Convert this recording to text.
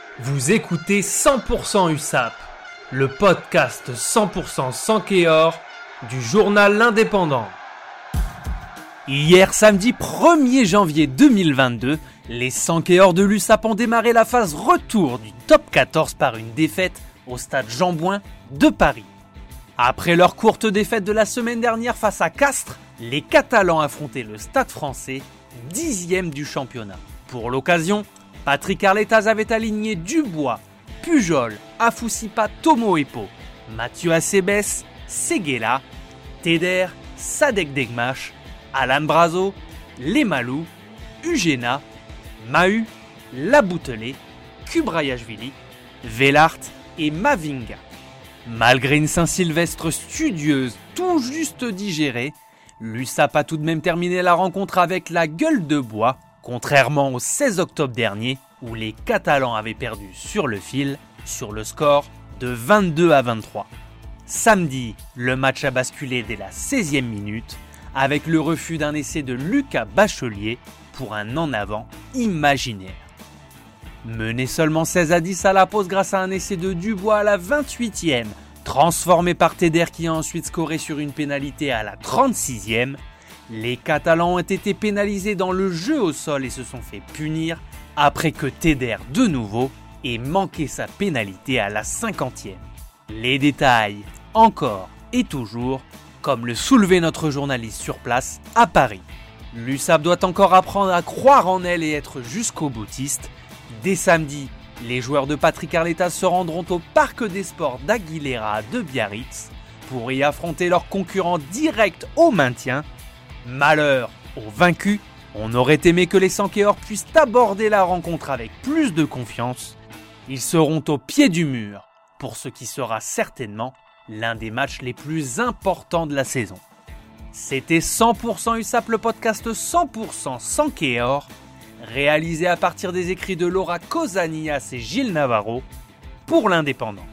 Vous écoutez 100% USAP, le podcast 100% sans Kéor du journal L'Indépendant. Hier samedi 1er janvier 2022, les Sankéors de l'USAP ont démarré la phase retour du top 14 par une défaite au stade Jean-Bouin de Paris. Après leur courte défaite de la semaine dernière face à Castres, les Catalans affrontaient le Stade Français, 10e du championnat. Pour l'occasion, Patrick Arletaz avait aligné Dubois, Pujol, Afoussipa, Tomoepo, Mathieu Acebes, Seguela, Teder, Sadek Degmash, Alan Brazo, Lemalou, Ugena, Mahu, Laboutelé, Kubrayashvili, Velart et Mavinga. Malgré une Saint-Sylvestre studieuse, tout juste digérée, l'USAP a tout de même terminé la rencontre avec la gueule de bois, contrairement au 16 octobre dernier, où les Catalans avaient perdu sur le fil, sur le score de 22-23. Samedi, le match a basculé dès la 16e minute, avec le refus d'un essai de Lucas Bachelier pour un en-avant imaginaire. Mené seulement 16-10 à la pause grâce à un essai de Dubois à la 28e, transformé par Teder qui a ensuite scoré sur une pénalité à la 36e, les Catalans ont été pénalisés dans le jeu au sol et se sont fait punir après que Teder, de nouveau, ait manqué sa pénalité à la 50e. Les détails, encore et toujours, comme le soulevait notre journaliste sur place à Paris. L'USAP doit encore apprendre à croire en elle et être jusqu'au boutiste. Dès samedi, les joueurs de Patrick Arletaz se rendront au Parc des Sports d'Aguilera de Biarritz pour y affronter leurs concurrents directs au maintien. Malheur aux vaincus, on aurait aimé que les Sankéors puissent aborder la rencontre avec plus de confiance. Ils seront au pied du mur pour ce qui sera certainement l'un des matchs les plus importants de la saison. C'était 100% USAP, le podcast 100% sans Kéor, réalisé à partir des écrits de Laura Cosanias et Gilles Navarro pour l'Indépendant.